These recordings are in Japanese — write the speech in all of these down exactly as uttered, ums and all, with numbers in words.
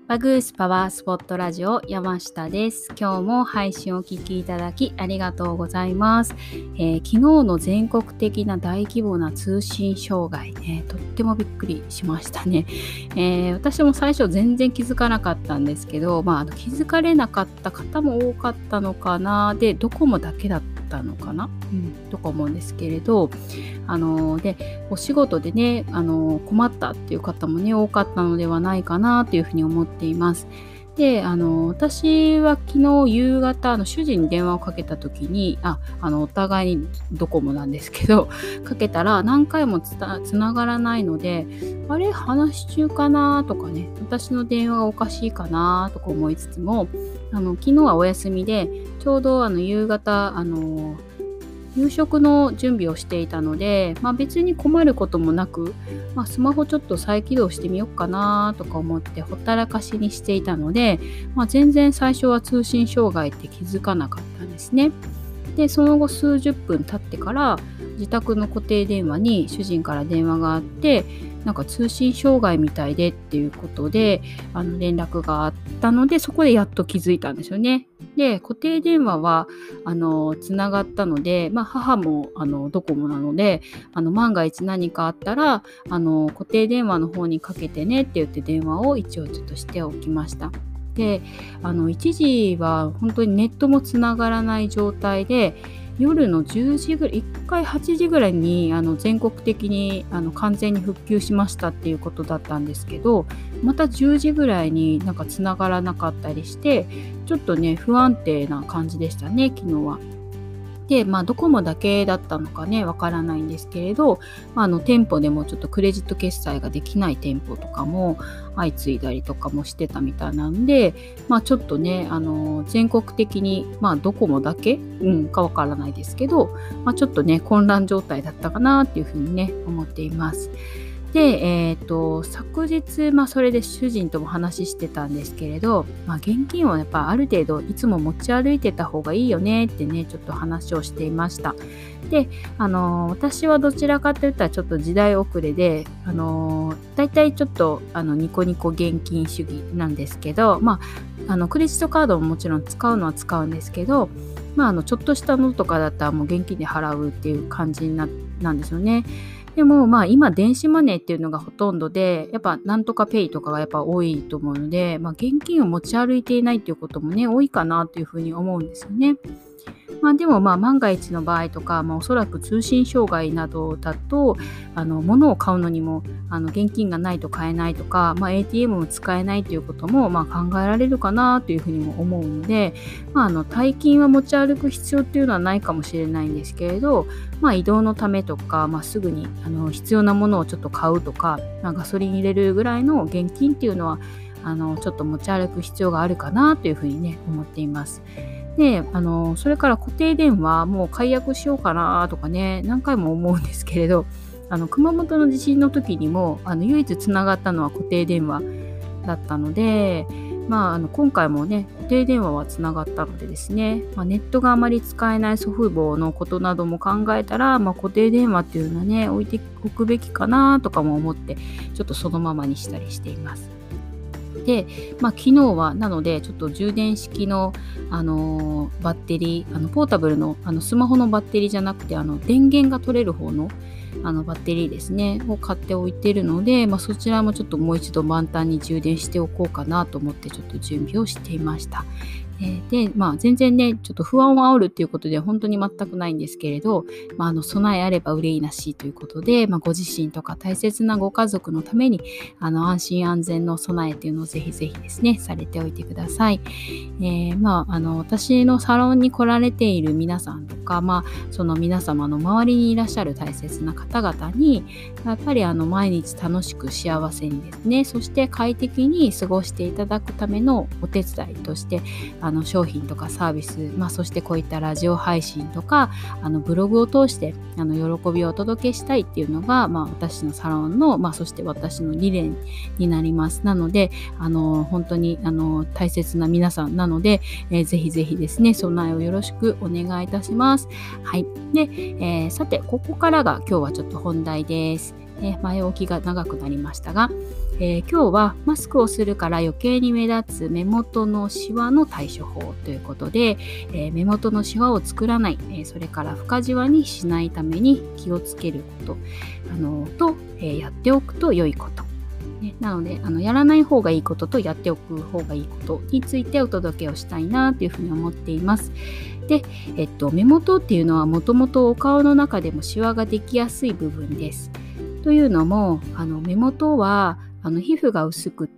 バグースパワースポットラジオ山下です。今日も配信をお聞きいただきありがとうございます。えー、昨日の全国的な大規模な通信障害ね、とってもびっくりしましたね。えー、私も最初全然気づかなかったんですけど、まあ、あの気づかれなかった方も多かったのかな。で、ドコモだけだったのかな、うん、とか思うんですけれど、あのでお仕事でねあの困ったっていう方もね多かったのではないかなというふうに思っています。であの私は昨日夕方あの主人に電話をかけた時にああのお互いにドコモなんですけどかけたら何回もつたつながらないので、あれ話し中かなとかね、私の電話がおかしいかなとか思いつつも、あの昨日はお休みでちょうどあの夕方あの夕食の準備をしていたので、まあ、別に困ることもなく、まあ、スマホちょっと再起動してみようかなとか思ってほったらかしにしていたので、まあ、全然最初は通信障害って気づかなかったんですね。でその後数十分経ってから自宅の固定電話に主人から電話があって、なんか通信障害みたいでっていうことであの連絡があったので、そこでやっと気づいたんですよね。で固定電話はあのつながったので、まあ、母もあのドコモなので、あの万が一何かあったらあの固定電話の方にかけてねって言って電話を一応ちょっとしておきました。であの一時は本当にネットもつながらない状態で、夜のじゅうじぐらい、いっかいはちじぐらいにあの全国的にあの完全に復旧しましたっていうことだったんですけど、またじゅうじぐらいになんかつながらなかったりして、ちょっとね不安定な感じでしたね、昨日は。で、まあ、ドコモだけだったのかねわからないんですけれど、まあ、あの店舗でもちょっとクレジット決済ができない店舗とかも相次いだりとかもしてたみたいなんで、まあ、ちょっとねあの全国的に、まあ、ドコモだけ、うん、かわからないですけど、まあ、ちょっとね混乱状態だったかなっていうふうにね思っています。で、えー、と昨日、まあ、それで主人とも話してたんですけれど、まあ、現金をやっぱある程度いつも持ち歩いてた方がいいよねってねちょっと話をしていました。で、あのー私はどちらかといったらちょっと時代遅れで、あのー、だいたいちょっとあのニコニコ現金主義なんですけど、まあ、あのクレジットカードももちろん使うのは使うんですけど、まあ、あのちょっとしたのとかだったらもう現金で払うっていう感じに な, なんですよね。でもまあ今電子マネーっていうのがほとんどで、やっぱなんとかペイとかがやっぱ多いと思うので、まあ、現金を持ち歩いていないっていうこともね多いかなというふうに思うんですよね。まあ、でもまあ万が一の場合とか、まあ、おそらく通信障害などだとあの物を買うのにもあの現金がないと買えないとか、まあ、エーティーエム も使えないということもまあ考えられるかなというふうにも思うので、まあ、あの大金は持ち歩く必要っていうのはないかもしれないんですけれど、まあ、移動のためとか、まあ、すぐにあの必要なものをちょっと買うとか、まあ、ガソリン入れるぐらいの現金っていうのはあのちょっと持ち歩く必要があるかなというふうにね思っています。で、あのそれから固定電話もう解約しようかなとかね何回も思うんですけれど、あの熊本の地震の時にもあの唯一つながったのは固定電話だったので、まあ、あの今回もね固定電話はつながったのでですね、まあ、ネットがあまり使えない祖父母のことなども考えたら、まあ、固定電話っていうのはね置いておくべきかなとかも思ってちょっとそのままにしたりしています。で、まあ、昨日はなのでちょっと充電式の、あのーバッテリー、あのポータブルの、あのスマホのバッテリーじゃなくてあの電源が取れる方の、あのバッテリーですねを買っておいているので、まあ、そちらもちょっともう一度満タンに充電しておこうかなと思ってちょっと準備をしていました。えーで、まあ、全然ねちょっと不安を煽るっていうことで本当に全くないんですけれど、まあ、あの備えあれば憂いなしということで、まあ、ご自身とか大切なご家族のためにあの安心安全の備えっていうのをぜひぜひですねされておいてください。えーまあ、あの私のサロンに来られている皆さんとか、まあ、その皆様の周りにいらっしゃる大切な方々にやっぱりあの毎日楽しく幸せにですね、そして快適に過ごしていただくためのお手伝いとしてあの商品とかサービス、まあ、そしてこういったラジオ配信とかあのブログを通してあの喜びをお届けしたいっていうのが、まあ、私のサロンの、まあ、そして私の理念になります。なのであの本当にあの大切な皆さんなので、えー、ぜひぜひですね備えをよろしくお願いいたします。はい。で、えー、さてここからが今日はちょっと本題です。 え前置きが長くなりましたが、えー、今日はマスクをするから余計に目立つ目元のシワの対処法ということで、えー、目元のシワを作らない、えー、それから深じわにしないために気をつけることあのと、えー、やっておくと良いこと、ね、なのであのやらない方がいいこととやっておく方がいいことについてお届けをしたいなというふうに思っています。で、えっと、目元っていうのはもともとお顔の中でもシワができやすい部分です。というのもあの目元はあの皮膚が薄くって、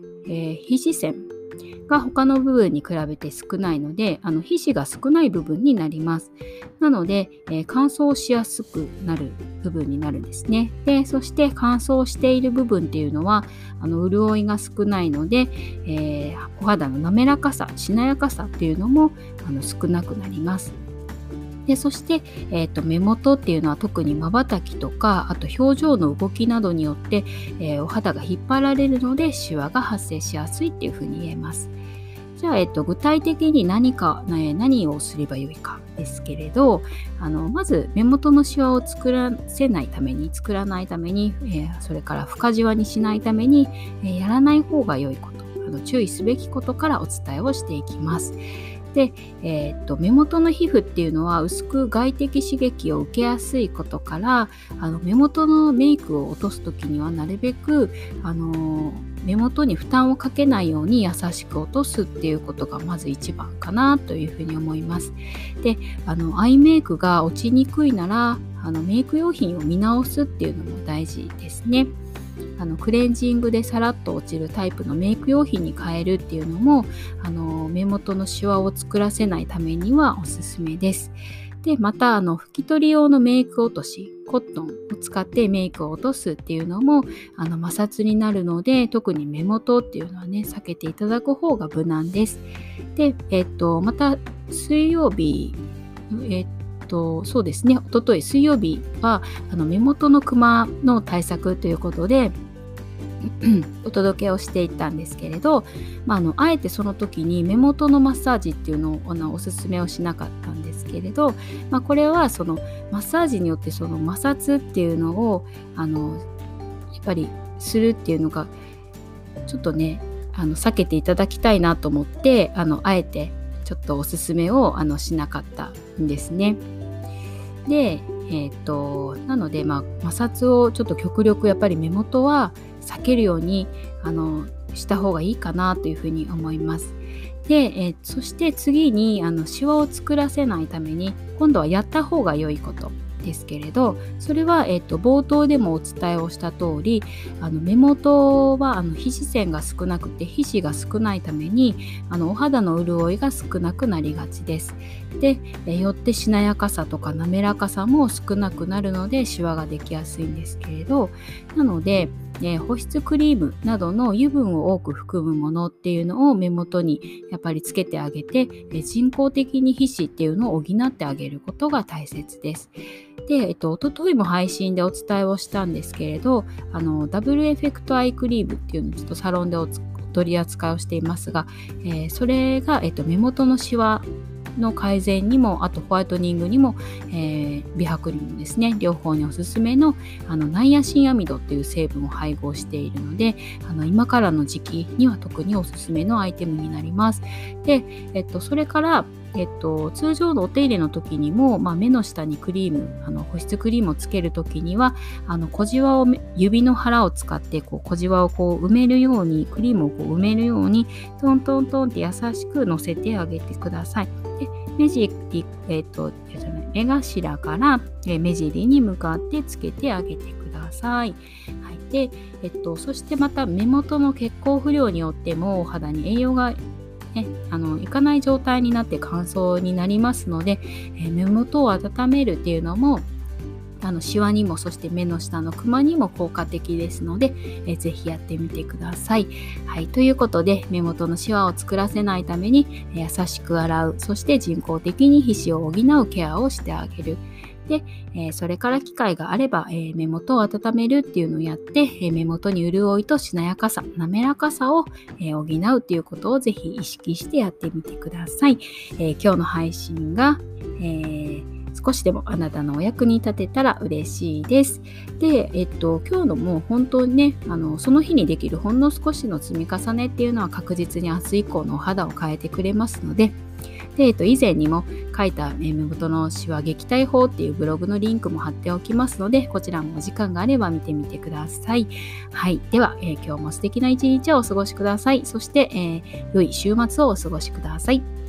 えー、皮脂腺が他の部分に比べて少ないのであの皮脂が少ない部分になります。なので、えー、乾燥しやすくなる部分になるんですね。でそして乾燥している部分っていうのはあの潤いが少ないので、えー、お肌の滑らかさしなやかさっていうのもあの少なくなります。でそして、えーと、目元っていうのは特にまばたきとかあと表情の動きなどによって、えー、お肌が引っ張られるのでシワが発生しやすいっていうふうに言えます。じゃあ、えっと、具体的に何か、ね、何をすればよいかですけれどあのまず目元のシワを作らせないために作らないために、えー、それから深じわにしないために、えー、やらない方が良いことあの注意すべきことからお伝えをしていきます。で、えー、っと目元の皮膚っていうのは薄く外的刺激を受けやすいことからあの目元のメイクを落とす時にはなるべく、あのー、目元に負担をかけないように優しく落とすっていうことがまず一番かなというふうに思います。で、あのアイメイクが落ちにくいならあのメイク用品を見直すっていうのも大事ですね。あのクレンジングでさらっと落ちるタイプのメイク用品に変えるっていうのもあの目元のシワを作らせないためにはおすすめです。でまたあの拭き取り用のメイク落としコットンを使ってメイクを落とすっていうのもあの摩擦になるので特に目元っていうのはね避けていただく方が無難です。で、えっと、また水曜日えっとそうですね、おととい水曜日はあの目元のクマの対策ということでお届けをしていったんですけれど、まあ、あのあえてその時に目元のマッサージっていうのをあのおすすめをしなかったんですけれど、まあ、これはそのマッサージによってその摩擦っていうのをあのやっぱりするっていうのがちょっとねあの避けていただきたいなと思ってあのあえてちょっとおすすめをあのしなかったんですね。で、えー、となので、まあ、摩擦をちょっと極力やっぱり目元は避けるようにあのした方がいいかなというふうに思います。で、えー、そして次にあのシワを作らせないために今度はやった方が良いことですけれど、それは、えー、と冒頭でもお伝えをした通りあの目元はあの皮脂腺が少なくて皮脂が少ないためにあのお肌の潤いが少なくなりがちです。で、えー、よってしなやかさとか滑らかさも少なくなるのでシワができやすいんですけれど、なのでえー、保湿クリームなどの油分を多く含むものっていうのを目元にやっぱりつけてあげて、えー、人工的に皮脂っていうのを補ってあげることが大切です。で、えっと、一昨日も配信でお伝えをしたんですけれどあのダブルエフェクトアイクリームっていうのをちょっとサロンでお取り扱いをしていますが、えー、それが、えっと、目元のシワの改善にもあとホワイトニングにも、えー、美白にもですね両方におすすめのあのナイアシンアミドっていう成分を配合しているのであの今からの時期には特におすすめのアイテムになります。で、えっと、それからえっと、通常のお手入れの時にも、まあ、目の下にクリームあの保湿クリームをつける時にはあの小じわを指の腹を使ってこう小じわをこう埋めるようにクリームをこう埋めるようにトントントンって優しくのせてあげてください。で目尻、えっと、目頭から目尻に向かってつけてあげてください。はい、で、えっと、そしてまた目元の血行不良によってもお肌に栄養がね、あのいかない状態になって乾燥になりますので、えー、目元を温めるっていうのもあのシワにもそして目の下のクマにも効果的ですので、えー、ぜひやってみてください。はい、ということで目元のシワを作らせないために、えー、優しく洗うそして人工的に皮脂を補うケアをしてあげる。で、えー、それから機会があれば、えー、目元を温めるっていうのをやって、えー、目元に潤いとしなやかさ、滑らかさを、えー、補うっていうことをぜひ意識してやってみてください。えー、今日の配信が、えー少しでもあなたのお役に立てたら嬉しいです。で、えっと、今日のもう本当にね、あのその日にできるほんの少しの積み重ねっていうのは確実に明日以降のお肌を変えてくれますので、で、えっと、以前にも書いた目元のシワ撃退法っていうブログのリンクも貼っておきますので、こちらもお時間があれば見てみてください。はい。では、えー今日も素敵な一日をお過ごしください。そして、えー良い週末をお過ごしください。